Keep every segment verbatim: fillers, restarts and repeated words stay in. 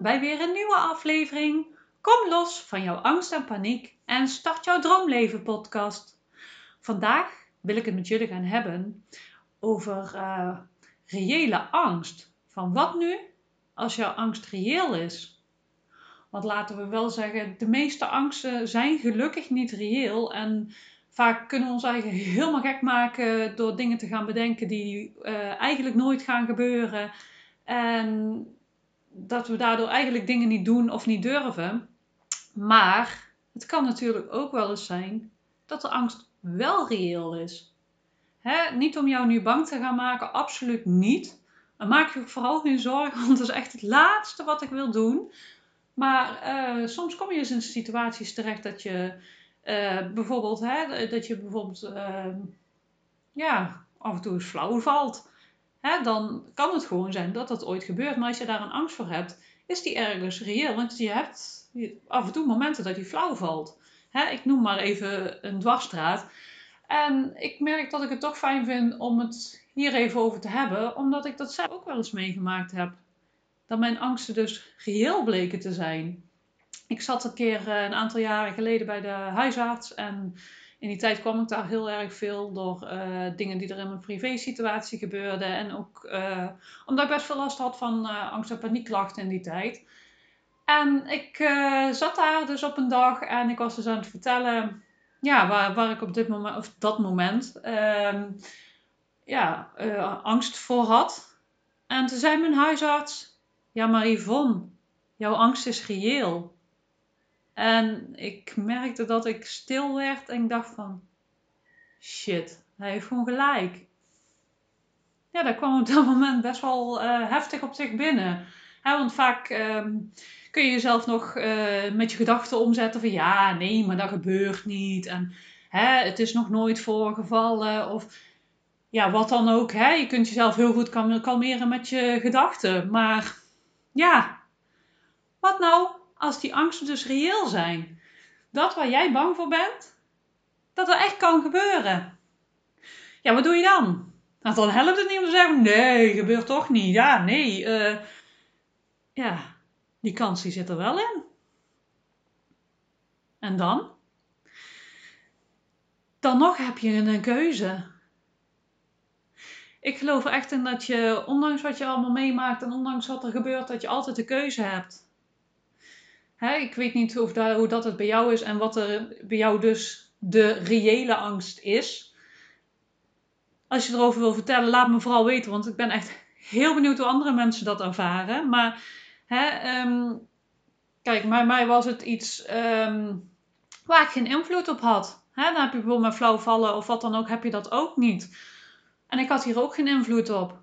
bij weer een nieuwe aflevering. Kom los van jouw angst en paniek en start jouw droomleven podcast. Vandaag wil ik het met jullie gaan hebben over uh, reële angst. Van wat nu als jouw angst reëel is? Want laten we wel zeggen, de meeste angsten zijn gelukkig niet reëel. En vaak kunnen we ons eigen helemaal gek maken door dingen te gaan bedenken die uh, eigenlijk nooit gaan gebeuren. En dat we daardoor eigenlijk dingen niet doen of niet durven. Maar het kan natuurlijk ook wel eens zijn dat de angst wel reëel is. Hè? Niet om jou nu bang te gaan maken, absoluut niet. En maak je ook vooral geen zorgen, want dat is echt het laatste wat ik wil doen. Maar uh, soms kom je eens in situaties terecht dat je uh, bijvoorbeeld, hè, dat je bijvoorbeeld uh, ja, af en toe eens flauw valt. Hè, dan kan het gewoon zijn dat dat ooit gebeurt. Maar als je daar een angst voor hebt, is die ergens reëel. Want je hebt af en toe momenten dat je flauw valt. Hè, ik noem maar even een dwarsstraat. En ik merk dat ik het toch fijn vind om het hier even over te hebben. Omdat ik dat zelf ook wel eens meegemaakt heb. Dat mijn angsten dus reëel bleken te zijn. Ik zat een keer een aantal jaren geleden bij de huisarts. En in die tijd kwam ik daar heel erg veel door uh, dingen die er in mijn privé situatie gebeurden. En ook uh, omdat ik best veel last had van uh, angst- en paniekklachten in die tijd. En ik uh, zat daar dus op een dag en ik was dus aan het vertellen ja, waar, waar ik op dit moment, of dat moment uh, ja, uh, angst voor had. En toen zei mijn huisarts, ja maar Yvonne, jouw angst is reëel. En ik merkte dat ik stil werd en ik dacht van, shit, hij heeft gewoon gelijk. Ja, dat kwam op dat moment best wel uh, heftig op zich binnen. He, want vaak um, kun je jezelf nog uh, met je gedachten omzetten van, ja, nee, maar dat gebeurt niet. En he, het is nog nooit voorgevallen. Of ja, wat dan ook. He. Je kunt jezelf heel goed kalmeren met je gedachten. Maar ja, wat nou als die angsten dus reëel zijn? Dat waar jij bang voor bent, dat er echt kan gebeuren. Ja, wat doe je dan? Nou, dan helpt het niet om te zeggen, nee, gebeurt toch niet. Ja, nee. Uh, ja, die kans die zit er wel in. En dan? Dan nog heb je een keuze. Ik geloof er echt in dat je, ondanks wat je allemaal meemaakt en ondanks wat er gebeurt, dat je altijd de keuze hebt. Hè, ik weet niet of dat, hoe dat het bij jou is en wat er bij jou dus de reële angst is. Als je erover wil vertellen, laat me vooral weten. Want ik ben echt heel benieuwd hoe andere mensen dat ervaren. Maar hè, um, kijk, bij mij was het iets um, waar ik geen invloed op had. Hè, dan heb je bijvoorbeeld met flauw vallen of wat dan ook, heb je dat ook niet. En ik had hier ook geen invloed op.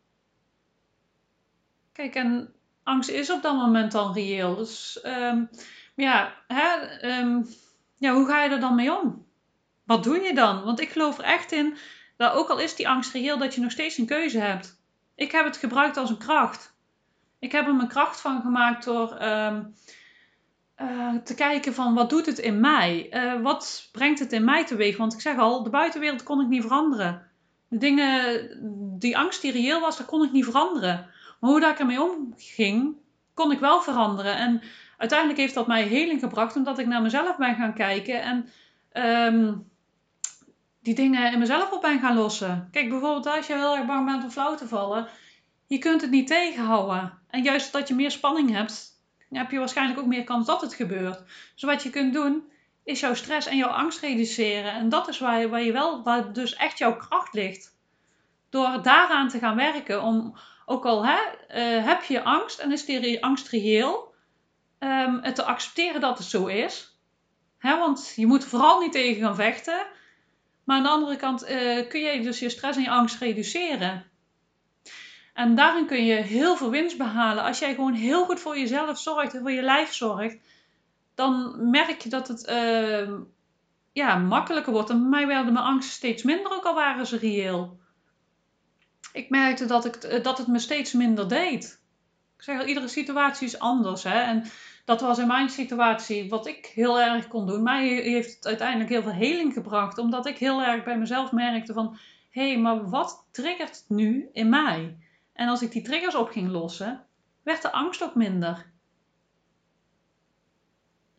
Kijk, en angst is op dat moment dan reëel. Dus um, ja, hè, um, ja, hoe ga je er dan mee om? Wat doe je dan? Want ik geloof er echt in dat ook al is die angst reëel, dat je nog steeds een keuze hebt. Ik heb het gebruikt als een kracht. Ik heb er mijn kracht van gemaakt door um, uh, te kijken van wat doet het in mij? Uh, wat brengt het in mij teweeg? Want ik zeg al, de buitenwereld kon ik niet veranderen. De dingen, die angst die reëel was, dat kon ik niet veranderen. Maar hoe dat ik ermee omging, kon ik wel veranderen. En uiteindelijk heeft dat mij heling gebracht, omdat ik naar mezelf ben gaan kijken en um, die dingen in mezelf op ben gaan lossen. Kijk, bijvoorbeeld als je heel erg bang bent om flauw te vallen, je kunt het niet tegenhouden. En juist dat je meer spanning hebt, heb je waarschijnlijk ook meer kans dat het gebeurt. Dus wat je kunt doen, is jouw stress en jouw angst reduceren. En dat is waar je, waar je wel, waar dus echt jouw kracht ligt. Door daaraan te gaan werken, om, ook al hè, uh, heb je angst en is die angst reëel, um, het te accepteren dat het zo is. Hè, want je moet er vooral niet tegen gaan vechten. Maar aan de andere kant uh, kun je dus je stress en je angst reduceren. En daarin kun je heel veel winst behalen. Als jij gewoon heel goed voor jezelf zorgt en voor je lijf zorgt, dan merk je dat het uh, ja, makkelijker wordt. En bij mij werden mijn angsten steeds minder, ook al waren ze reëel. Ik merkte dat, ik, dat het me steeds minder deed. Ik zeg al, iedere situatie is anders. Hè? En dat was in mijn situatie wat ik heel erg kon doen. Mij heeft het uiteindelijk heel veel heling gebracht. Omdat ik heel erg bij mezelf merkte van, hé, hey, maar wat triggert het nu in mij? En als ik die triggers op ging lossen, werd de angst ook minder.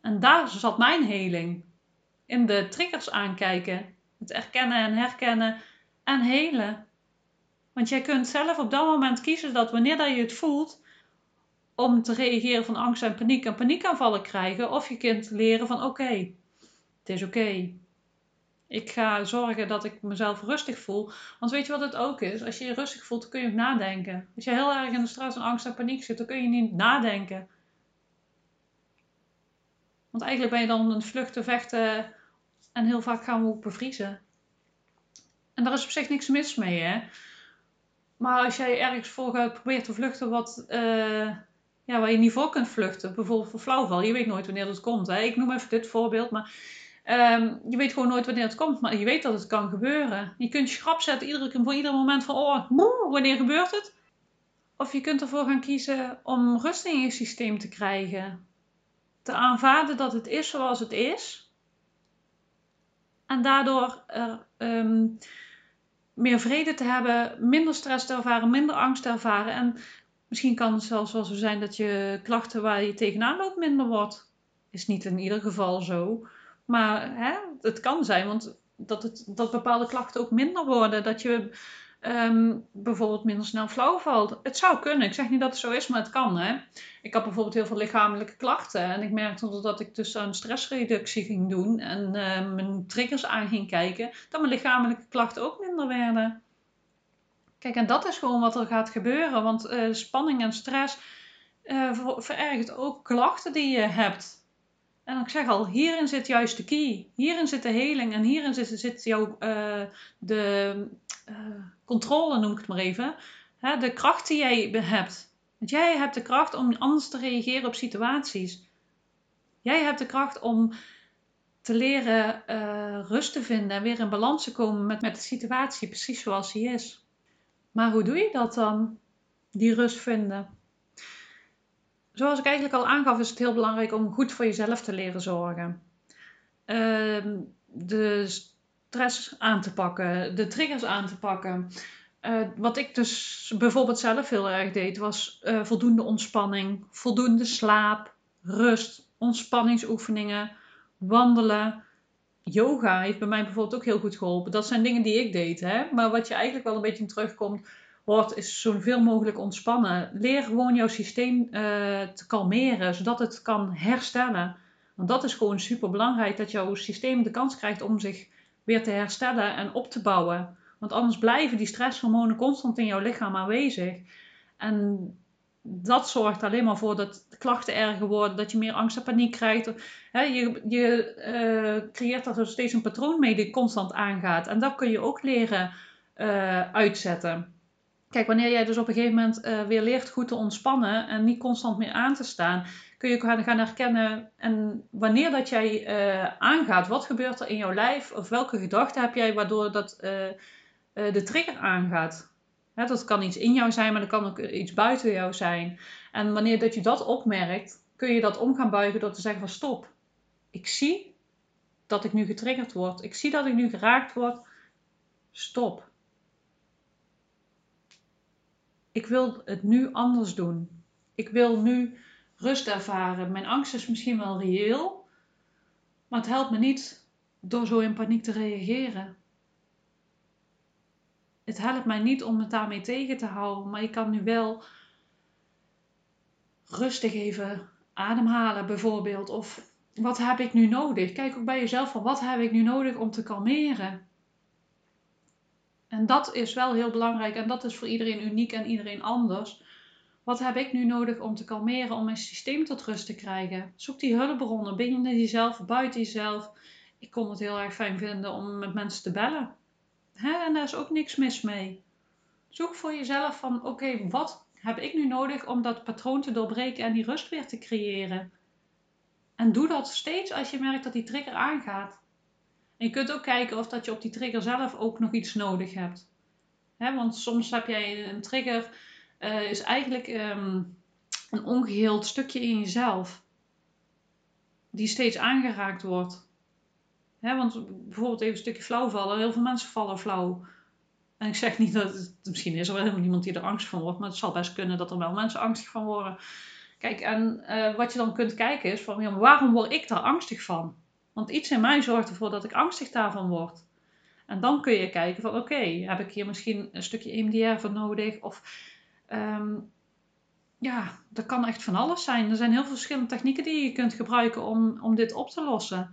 En daar zat mijn heling. In de triggers aankijken. Het erkennen en herkennen en helen. Want jij kunt zelf op dat moment kiezen dat wanneer dat je het voelt, om te reageren van angst en paniek en paniekaanvallen krijgen. Of je kunt leren van oké, okay, het is oké. Okay. Ik ga zorgen dat ik mezelf rustig voel. Want weet je wat het ook is? Als je je rustig voelt, dan kun je ook nadenken. Als je heel erg in de stress en angst en paniek zit, dan kun je niet nadenken. Want eigenlijk ben je dan aan het vluchten, vechten en heel vaak gaan we ook bevriezen. En daar is op zich niks mis mee, hè. Maar als jij ergens voor gaat proberen te vluchten wat, uh, ja, waar je niet voor kunt vluchten, bijvoorbeeld voor flauwval, je weet nooit wanneer dat komt. Hè? Ik noem even dit voorbeeld, maar um, je weet gewoon nooit wanneer het komt, maar je weet dat het kan gebeuren. Je kunt je schrap zetten iedere, voor ieder moment van, oh, wanneer gebeurt het? Of je kunt ervoor gaan kiezen om rust in je systeem te krijgen. Te aanvaarden dat het is zoals het is. En daardoor er, um, meer vrede te hebben, minder stress te ervaren, minder angst te ervaren. En misschien kan het zelfs wel zo zijn dat je klachten waar je tegenaan loopt minder wordt. Is niet in ieder geval zo. Maar hè, het kan zijn, want dat, het, dat bepaalde klachten ook minder worden. Dat je um, bijvoorbeeld minder snel flauw valt. Het zou kunnen. Ik zeg niet dat het zo is, maar het kan. Hè? Ik had bijvoorbeeld heel veel lichamelijke klachten. En ik merkte dat ik dus aan stressreductie ging doen. En uh, mijn triggers aan ging kijken. Dat mijn lichamelijke klachten ook minder werden. Kijk, en dat is gewoon wat er gaat gebeuren. Want uh, spanning en stress uh, ver- verergert ook klachten die je hebt. En ik zeg al, hierin zit juist de key. Hierin zit de heling. En hierin zit, zit jouw uh, de uh, controle, noem ik het maar even. Hè, de kracht die jij hebt. Want jij hebt de kracht om anders te reageren op situaties. Jij hebt de kracht om te leren uh, rust te vinden. En weer in balans te komen met, met de situatie precies zoals die is. Maar hoe doe je dat dan? Die rust vinden. Zoals ik eigenlijk al aangaf, is het heel belangrijk om goed voor jezelf te leren zorgen. Uh, de stress aan te pakken, de triggers aan te pakken. Uh, wat ik dus bijvoorbeeld zelf heel erg deed, was uh, voldoende ontspanning, voldoende slaap, rust, ontspanningsoefeningen, wandelen. Yoga heeft bij mij bijvoorbeeld ook heel goed geholpen. Dat zijn dingen die ik deed, hè? Maar wat je eigenlijk wel een beetje in terugkomt, wordt, is zoveel mogelijk ontspannen. Leer gewoon jouw systeem uh, te kalmeren, zodat het kan herstellen. Want dat is gewoon super belangrijk, dat jouw systeem de kans krijgt om zich weer te herstellen en op te bouwen. Want anders blijven die stresshormonen constant in jouw lichaam aanwezig. En dat zorgt alleen maar voor dat de klachten erger worden, dat je meer angst en paniek krijgt. He, je je uh, creëert er steeds een patroon mee die constant aangaat. En dat kun je ook leren uh, uitzetten. Kijk, wanneer jij dus op een gegeven moment uh, weer leert goed te ontspannen en niet constant meer aan te staan, kun je gaan, gaan herkennen. En wanneer dat jij uh, aangaat, wat gebeurt er in jouw lijf? Of welke gedachten heb jij waardoor dat, uh, uh, de trigger aangaat? He, dat kan iets in jou zijn, maar dat kan ook iets buiten jou zijn. En wanneer dat je dat opmerkt, kun je dat om gaan buigen door te zeggen van stop. Ik zie dat ik nu getriggerd word. Ik zie dat ik nu geraakt word. Stop. Ik wil het nu anders doen. Ik wil nu rust ervaren. Mijn angst is misschien wel reëel, maar het helpt me niet door zo in paniek te reageren. Het helpt mij niet om het daarmee tegen te houden, maar je kan nu wel rustig even ademhalen bijvoorbeeld. Of wat heb ik nu nodig? Kijk ook bij jezelf van wat heb ik nu nodig om te kalmeren? En dat is wel heel belangrijk en dat is voor iedereen uniek en iedereen anders. Wat heb ik nu nodig om te kalmeren, om mijn systeem tot rust te krijgen? Zoek die hulpbronnen binnen jezelf, buiten jezelf. Ik kon het heel erg fijn vinden om met mensen te bellen. Hè? En daar is ook niks mis mee. Zoek voor jezelf van oké, okay, wat heb ik nu nodig om dat patroon te doorbreken en die rust weer te creëren? En doe dat steeds als je merkt dat die trigger aangaat. En je kunt ook kijken of dat je op die trigger zelf ook nog iets nodig hebt. He, want soms heb jij een trigger, uh, is eigenlijk um, een ongeheeld stukje in jezelf. Die steeds aangeraakt wordt. He, want bijvoorbeeld even een stukje flauw vallen. Heel veel mensen vallen flauw. En ik zeg niet dat het, misschien is er wel helemaal niemand die er angstig van wordt. Maar het zal best kunnen dat er wel mensen angstig van worden. Kijk, en uh, wat je dan kunt kijken is van, ja, waarom word ik daar angstig van? Want iets in mij zorgt ervoor dat ik angstig daarvan word. En dan kun je kijken van, oké, okay, heb ik hier misschien een stukje E M D R voor nodig? Of, um, ja, dat kan echt van alles zijn. Er zijn heel veel verschillende technieken die je kunt gebruiken om, om dit op te lossen.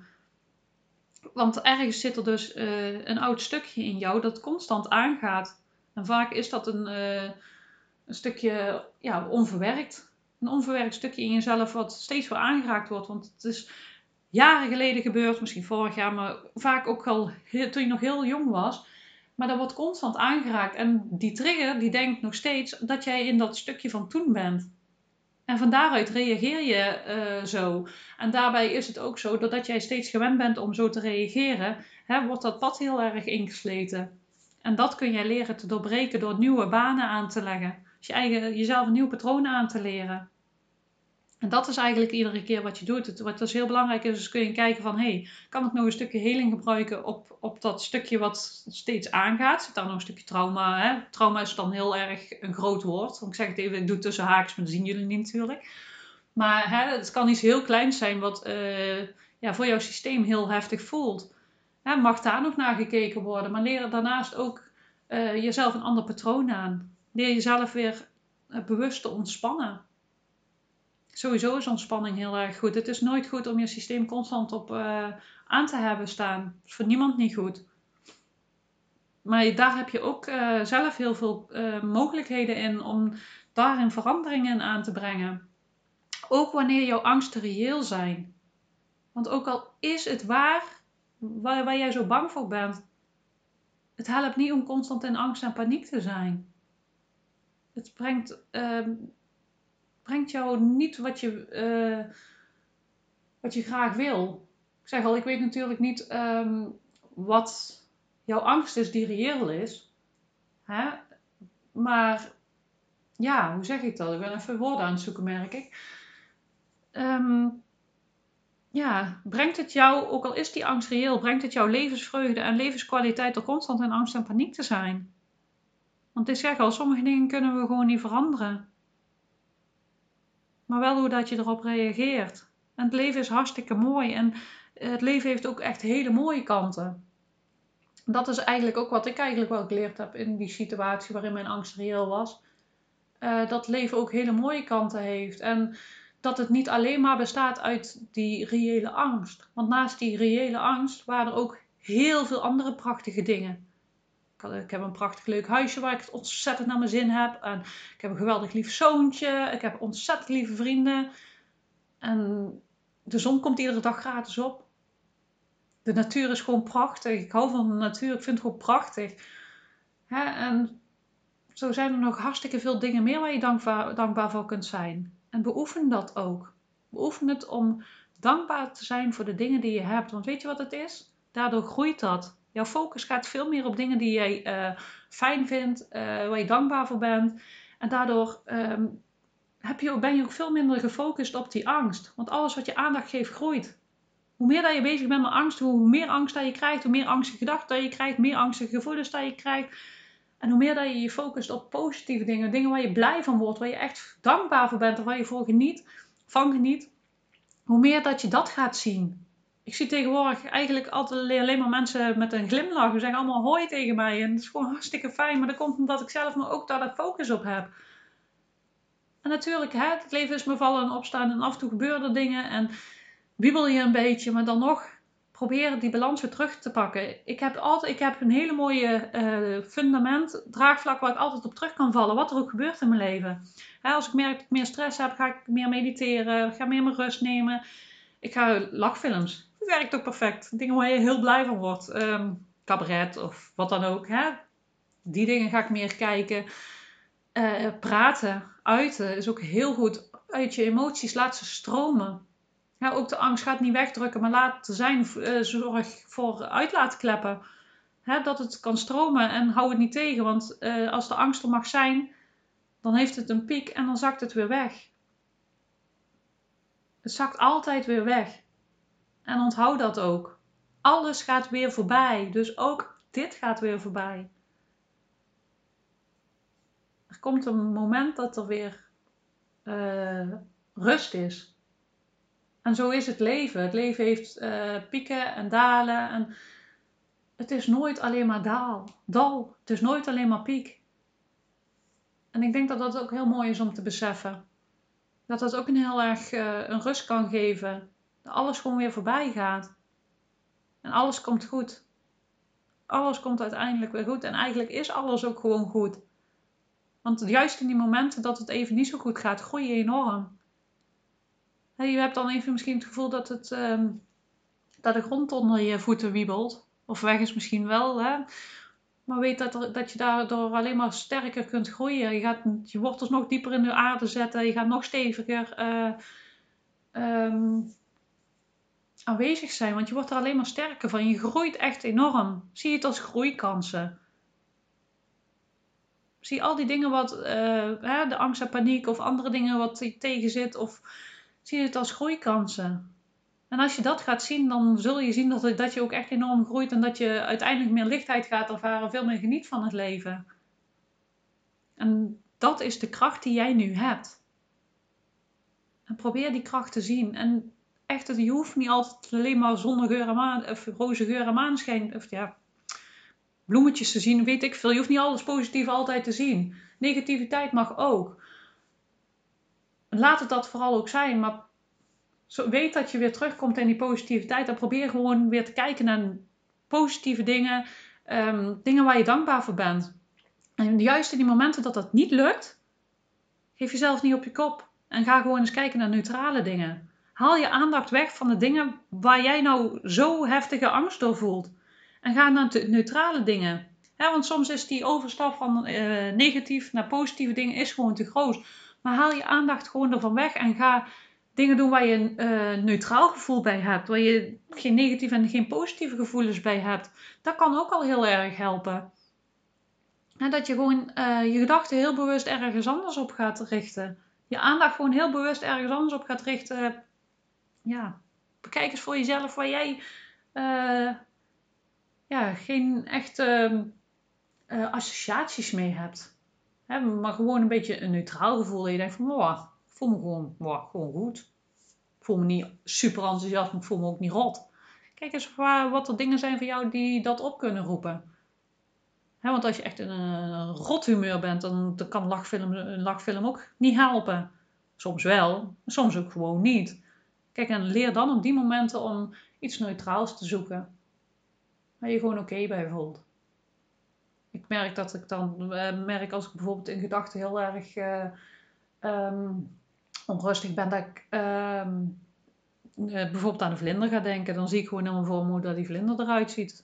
Want ergens zit er dus uh, een oud stukje in jou dat constant aangaat. En vaak is dat een, uh, een stukje ja, onverwerkt. Een onverwerkt stukje in jezelf wat steeds weer aangeraakt wordt. Want het is jaren geleden gebeurd, misschien vorig jaar, maar vaak ook al heel, toen je nog heel jong was. Maar dat wordt constant aangeraakt. En die trigger die denkt nog steeds dat jij in dat stukje van toen bent. En van daaruit reageer je uh, zo. En daarbij is het ook zo, doordat jij steeds gewend bent om zo te reageren, hè, wordt dat pad heel erg ingesleten. En dat kun jij leren te doorbreken door nieuwe banen aan te leggen. Dus je eigen, jezelf een nieuw patroon aan te leren. En dat is eigenlijk iedere keer wat je doet. Het, wat dus heel belangrijk is, is kun je kijken van, hé, hey, kan ik nog een stukje heling gebruiken op, op dat stukje wat steeds aangaat? Zit daar nog een stukje trauma? Hè? Trauma is dan heel erg een groot woord. Ik zeg het even, ik doe het tussen haakjes, maar dat zien jullie niet natuurlijk. Maar hè, het kan iets heel kleins zijn wat uh, ja, voor jouw systeem heel heftig voelt. Hè, mag daar nog naar gekeken worden. Maar leer daarnaast ook uh, jezelf een ander patroon aan. Leer jezelf weer uh, bewust te ontspannen. Sowieso is ontspanning heel erg goed. Het is nooit goed om je systeem constant op uh, aan te hebben staan. Dat is voor niemand niet goed. Maar daar heb je ook uh, zelf heel veel uh, mogelijkheden in om daarin veranderingen aan te brengen. Ook wanneer jouw angsten reëel zijn. Want ook al is het waar, waar, waar jij zo bang voor bent, het helpt niet om constant in angst en paniek te zijn. Het brengt, uh, brengt jou niet wat je... Uh, wat je graag wil. Ik zeg al, ik weet natuurlijk niet um, wat jouw angst is die reëel is. Hè? Maar ja, hoe zeg ik dat? Ik ben even woorden aan het zoeken, merk ik. Um, ja, brengt het jou, ook al is die angst reëel, brengt het jouw levensvreugde en levenskwaliteit door constant in angst en paniek te zijn? Want ik zeg al, sommige dingen kunnen we gewoon niet veranderen. Maar wel hoe dat je erop reageert. En het leven is hartstikke mooi. En het leven heeft ook echt hele mooie kanten. Dat is eigenlijk ook wat ik eigenlijk wel geleerd heb in die situatie waarin mijn angst reëel was. Uh, dat het leven ook hele mooie kanten heeft. En dat het niet alleen maar bestaat uit die reële angst. Want naast die reële angst waren er ook heel veel andere prachtige dingen. Ik, had, ik heb een prachtig leuk huisje waar ik het ontzettend naar mijn zin heb. En ik heb een geweldig lief zoontje. Ik heb ontzettend lieve vrienden. En de zon komt iedere dag gratis op. De natuur is gewoon prachtig. Ik hou van de natuur. Ik vind het gewoon prachtig. Hè? En zo zijn er nog hartstikke veel dingen meer waar je dankbaar, dankbaar voor kunt zijn. En beoefen dat ook. Beoefen het om dankbaar te zijn voor de dingen die je hebt. Want weet je wat het is? Daardoor groeit dat. Jouw focus gaat veel meer op dingen die jij uh, fijn vindt. Uh, waar je dankbaar voor bent. En daardoor um, heb je, ben je ook veel minder gefocust op die angst. Want alles wat je aandacht geeft groeit. Hoe meer dat je bezig bent met angst, hoe meer angst dat je krijgt, hoe meer angstige gedachten dat je krijgt, meer angstige gevoelens dat je krijgt. En hoe meer dat je je focust op positieve dingen, dingen waar je blij van wordt, waar je echt dankbaar voor bent of waar je voor geniet, van geniet, hoe meer dat je dat gaat zien. Ik zie tegenwoordig eigenlijk altijd alleen maar mensen met een glimlach. Die zeggen allemaal hoi tegen mij en dat is gewoon hartstikke fijn, maar dat komt omdat ik zelf me ook daar de focus op heb. En natuurlijk, hè, het leven is me vallen en opstaan en af en toe gebeuren er dingen en wiebel je een beetje, maar dan nog probeer die balans weer terug te pakken. Ik heb, altijd, ik heb een hele mooie uh, fundament, draagvlak waar ik altijd op terug kan vallen, wat er ook gebeurt in mijn leven. Hè, als ik merk dat ik meer stress heb, ga ik meer mediteren, ga meer mijn rust nemen. Ik ga lachfilms. Dat werkt ook perfect. Dingen waar je heel blij van wordt. Um, cabaret of wat dan ook. Hè? Die dingen ga ik meer kijken. Uh, praten, uiten is ook heel goed. Uit je emoties, laat ze stromen. Ja, ook de angst gaat niet wegdrukken, maar laat er zijn. Uh, zorg voor uitlaatkleppen. Hè, dat het kan stromen en hou het niet tegen. Want uh, als de angst er mag zijn, dan heeft het een piek en dan zakt het weer weg. Het zakt altijd weer weg. En onthoud dat ook. Alles gaat weer voorbij. Dus ook dit gaat weer voorbij. Er komt een moment dat er weer uh, rust is. En zo is het leven. Het leven heeft uh, pieken en dalen. En het is nooit alleen maar daal, dal. Het is nooit alleen maar piek. En ik denk dat dat ook heel mooi is om te beseffen. Dat dat ook een heel erg uh, een rust kan geven. Dat alles gewoon weer voorbij gaat. En alles komt goed. Alles komt uiteindelijk weer goed. En eigenlijk is alles ook gewoon goed. Want juist in die momenten dat het even niet zo goed gaat, groei je enorm. Je hebt dan even misschien het gevoel dat, het, um, dat de grond onder je voeten wiebelt. Of weg is misschien wel. Hè? Maar weet dat, er, dat je daardoor alleen maar sterker kunt groeien. Je gaat je wortels nog dieper in de aarde zetten. Je gaat nog steviger uh, um, aanwezig zijn. Want je wordt er alleen maar sterker van. Je groeit echt enorm. Zie het als groeikansen. Zie al die dingen wat, uh, hè, de angst en paniek of andere dingen wat je tegen zit. Of zie het als groeikansen. En als je dat gaat zien, dan zul je zien dat, dat je ook echt enorm groeit. En dat je uiteindelijk meer lichtheid gaat ervaren. Veel meer geniet van het leven. En dat is de kracht die jij nu hebt. En probeer die kracht te zien. En echt, je hoeft niet altijd alleen maar zonnegeur en maan, of roze geur en maanschijn. Of ja, bloemetjes te zien, weet ik veel. Je hoeft niet alles positief altijd te zien. Negativiteit mag ook. Laat het dat vooral ook zijn. Maar weet dat je weer terugkomt in die positiviteit. En probeer gewoon weer te kijken naar positieve dingen. Um, dingen waar je dankbaar voor bent. En juist in die momenten dat dat niet lukt, geef jezelf niet op je kop. En ga gewoon eens kijken naar neutrale dingen. Haal je aandacht weg van de dingen waar jij nou zo heftige angst door voelt. En ga naar de neutrale dingen. Ja, want soms is die overstap van uh, negatief naar positieve dingen is gewoon te groot. Maar haal je aandacht gewoon ervan weg en ga dingen doen waar je een uh, neutraal gevoel bij hebt. Waar je geen negatieve en geen positieve gevoelens bij hebt. Dat kan ook al heel erg helpen. En dat je gewoon uh, je gedachten heel bewust ergens anders op gaat richten. Je aandacht gewoon heel bewust ergens anders op gaat richten. Ja, bekijk eens voor jezelf waar jij uh, ja, geen echte uh, associaties mee hebt. Hè, maar gewoon een beetje een neutraal gevoel. Dat je denkt van, wow, ik voel me gewoon, wow, gewoon goed. Ik voel me niet super enthousiast, maar ik voel me ook niet rot. Kijk eens waar, wat er dingen zijn voor jou die dat op kunnen roepen. He, want als je echt in een rot humeur bent, dan, dan kan een lachfilm, een lachfilm ook niet helpen. Soms wel, soms ook gewoon niet. Kijk, en leer dan op die momenten om iets neutraals te zoeken. Waar je gewoon oké okay bij voelt. Ik merk dat ik dan uh, merk als ik bijvoorbeeld in gedachten heel erg uh, um, onrustig ben, dat ik um, uh, bijvoorbeeld aan de vlinder ga denken. Dan zie ik gewoon helemaal voor me hoe dat die vlinder eruit ziet.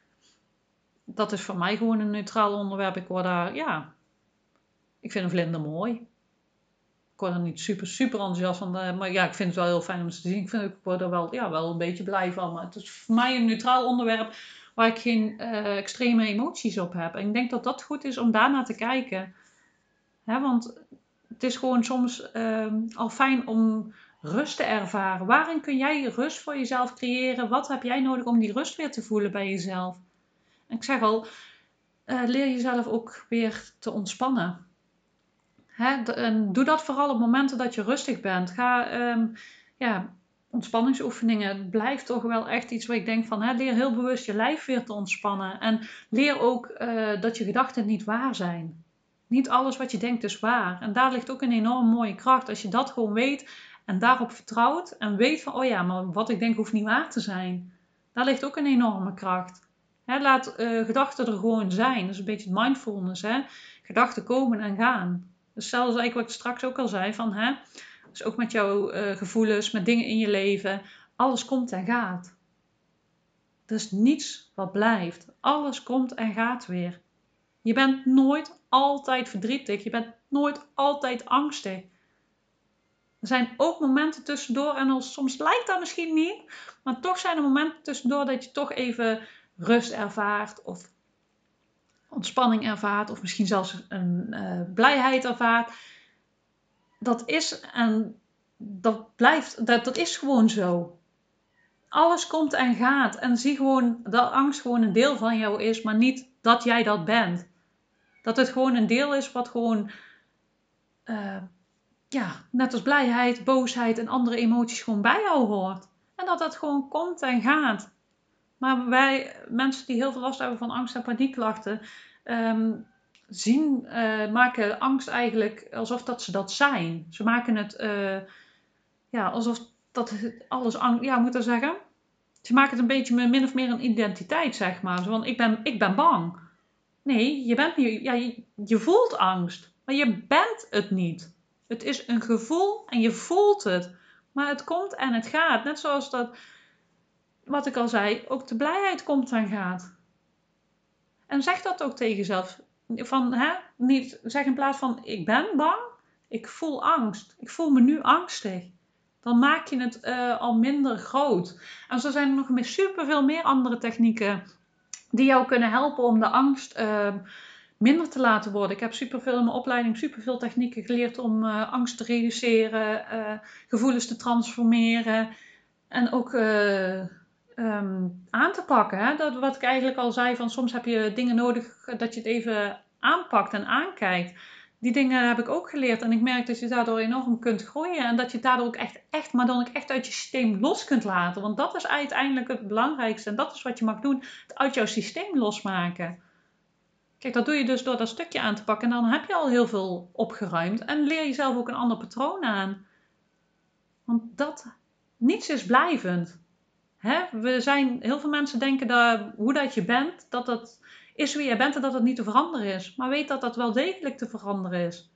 Dat is voor mij gewoon een neutraal onderwerp. Ik word daar, ja, ik vind een vlinder mooi. Ik word er niet super, super enthousiast van. Maar ja, ik vind het wel heel fijn om ze te zien. Ik, vind, ik word er wel, ja, wel een beetje blij van. Maar het is voor mij een neutraal onderwerp waar ik geen uh, extreme emoties op heb. En ik denk dat dat goed is om daarnaar te kijken. Hè, want het is gewoon soms uh, al fijn om rust te ervaren. Waarin kun jij rust voor jezelf creëren? Wat heb jij nodig om die rust weer te voelen bij jezelf? En ik zeg al, uh, leer jezelf ook weer te ontspannen. Hè? De, en doe dat vooral op momenten dat je rustig bent. Ga, um, ja, ontspanningsoefeningen. Blijft toch wel echt iets waar ik denk van, hè, leer heel bewust je lijf weer te ontspannen. En leer ook uh, dat je gedachten niet waar zijn. Niet alles wat je denkt is waar. En daar ligt ook een enorm mooie kracht. Als je dat gewoon weet en daarop vertrouwt. En weet van, oh ja, maar wat ik denk hoeft niet waar te zijn. Daar ligt ook een enorme kracht. Hè, laat uh, gedachten er gewoon zijn. Dat is een beetje mindfulness. Hè? Gedachten komen en gaan. Dus zelfs eigenlijk wat ik straks ook al zei. Van, hè, dus ook met jouw uh, gevoelens, met dingen in je leven. Alles komt en gaat. Er is niets wat blijft. Alles komt en gaat weer. Je bent nooit altijd verdrietig. Je bent nooit altijd angstig. Er zijn ook momenten tussendoor. En soms lijkt dat misschien niet. Maar toch zijn er momenten tussendoor dat je toch even rust ervaart. Of ontspanning ervaart. Of misschien zelfs een uh, blijheid ervaart. Dat is en dat blijft. Dat, dat is gewoon zo. Alles komt en gaat. En zie gewoon dat angst gewoon een deel van jou is. Maar niet dat jij dat bent. Dat het gewoon een deel is wat gewoon uh, ja, net als blijheid, boosheid en andere emoties gewoon bij jou hoort. En dat dat gewoon komt en gaat. Maar wij, mensen die heel veel last hebben van angst- en paniekklachten, um, zien, uh, maken angst eigenlijk alsof dat ze dat zijn. Ze maken het uh, ja, alsof dat alles angst, ja, moet ik dat zeggen? Ze maken het een beetje min of meer een identiteit, zeg maar. Zo van, ik ben, ik ben bang. Nee, je bent niet, ja, je, je voelt angst, maar je bent het niet. Het is een gevoel en je voelt het. Maar het komt en het gaat. Net zoals dat, wat ik al zei, ook de blijheid komt en gaat. En zeg dat ook tegen jezelf. Van, hè, niet, zeg in plaats van, ik ben bang, ik voel angst. Ik voel me nu angstig. Dan maak je het uh, al minder groot. En zo zijn er nog meer, superveel meer andere technieken die jou kunnen helpen om de angst uh, minder te laten worden. Ik heb superveel in mijn opleiding, superveel technieken geleerd om uh, angst te reduceren, uh, gevoelens te transformeren en ook uh, um, aan te pakken. Hè? Dat, wat ik eigenlijk al zei, van soms heb je dingen nodig dat je het even aanpakt en aankijkt. Die dingen heb ik ook geleerd en ik merk dat je daardoor enorm kunt groeien en dat je het daardoor ook echt, echt, maar dan ook echt uit je systeem los kunt laten. Want dat is uiteindelijk het belangrijkste en dat is wat je mag doen, het uit jouw systeem losmaken. Kijk, dat doe je dus door dat stukje aan te pakken en dan heb je al heel veel opgeruimd en leer jezelf ook een ander patroon aan. Want dat, niets is blijvend. Hè? We zijn, heel veel mensen denken dat hoe dat je bent, dat dat is wie je bent en dat het niet te veranderen is. Maar weet dat dat wel degelijk te veranderen is.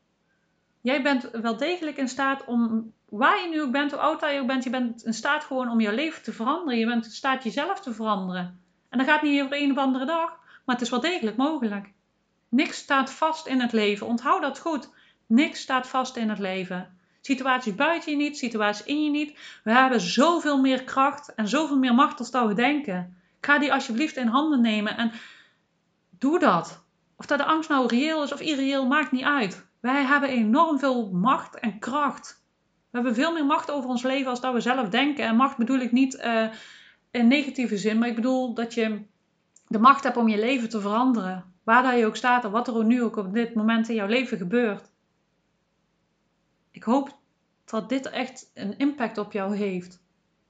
Jij bent wel degelijk in staat om, waar je nu ook bent, hoe oud je ook bent, je bent in staat gewoon om je leven te veranderen. Je bent in staat jezelf te veranderen. En dat gaat niet over een of andere dag, maar het is wel degelijk mogelijk. Niks staat vast in het leven. Onthoud dat goed. Niks staat vast in het leven. Situaties buiten je niet, situaties in je niet. We hebben zoveel meer kracht en zoveel meer macht als dat we denken. Ga die alsjeblieft in handen nemen en doe dat. Of dat de angst nou reëel is of irreëel, maakt niet uit. Wij hebben enorm veel macht en kracht. We hebben veel meer macht over ons leven als dat we zelf denken. En macht bedoel ik niet uh, in negatieve zin, maar ik bedoel dat je de macht hebt om je leven te veranderen. Waar dat je ook staat en wat er ook nu ook op dit moment in jouw leven gebeurt. Ik hoop dat dit echt een impact op jou heeft.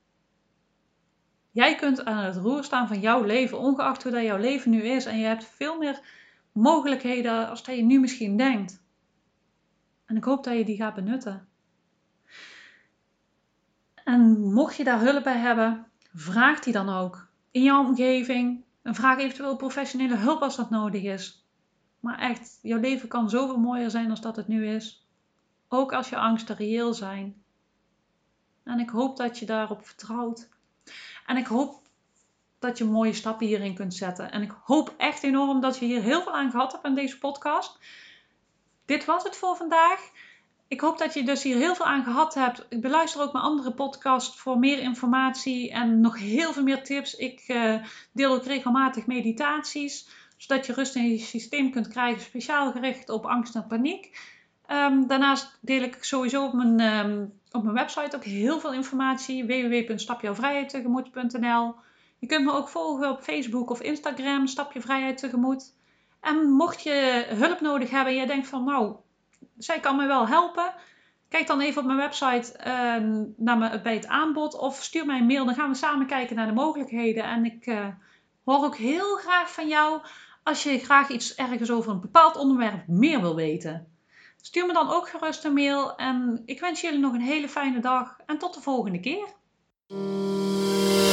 Jij kunt aan het roer staan van jouw leven, ongeacht hoe dat jouw leven nu is. En je hebt veel meer mogelijkheden als dat je nu misschien denkt. En ik hoop dat je die gaat benutten. En mocht je daar hulp bij hebben, vraag die dan ook. In jouw omgeving. En vraag eventueel professionele hulp als dat nodig is. Maar echt, jouw leven kan zoveel mooier zijn dan dat het nu is. Ook als je angsten reëel zijn. En ik hoop dat je daarop vertrouwt. En ik hoop dat je mooie stappen hierin kunt zetten. En ik hoop echt enorm dat je hier heel veel aan gehad hebt aan deze podcast. Dit was het voor vandaag. Ik hoop dat je dus hier heel veel aan gehad hebt. Ik beluister ook mijn andere podcast voor meer informatie en nog heel veel meer tips. Ik uh, deel ook regelmatig meditaties, zodat je rust in je systeem kunt krijgen, speciaal gericht op angst en paniek. Um, daarnaast deel ik sowieso op mijn, um, op mijn website ook heel veel informatie. w w w punt stap jouw vrijheid tegemoet punt n l. Je kunt me ook volgen op Facebook of Instagram, Stap je vrijheid tegemoet. En mocht je hulp nodig hebben en jij denkt van nou, zij kan me wel helpen. Kijk dan even op mijn website uh, naar me, bij het aanbod of stuur mij een mail. Dan gaan we samen kijken naar de mogelijkheden. En ik uh, hoor ook heel graag van jou als je graag iets ergens over een bepaald onderwerp meer wil weten. Stuur me dan ook gerust een mail en ik wens jullie nog een hele fijne dag en tot de volgende keer.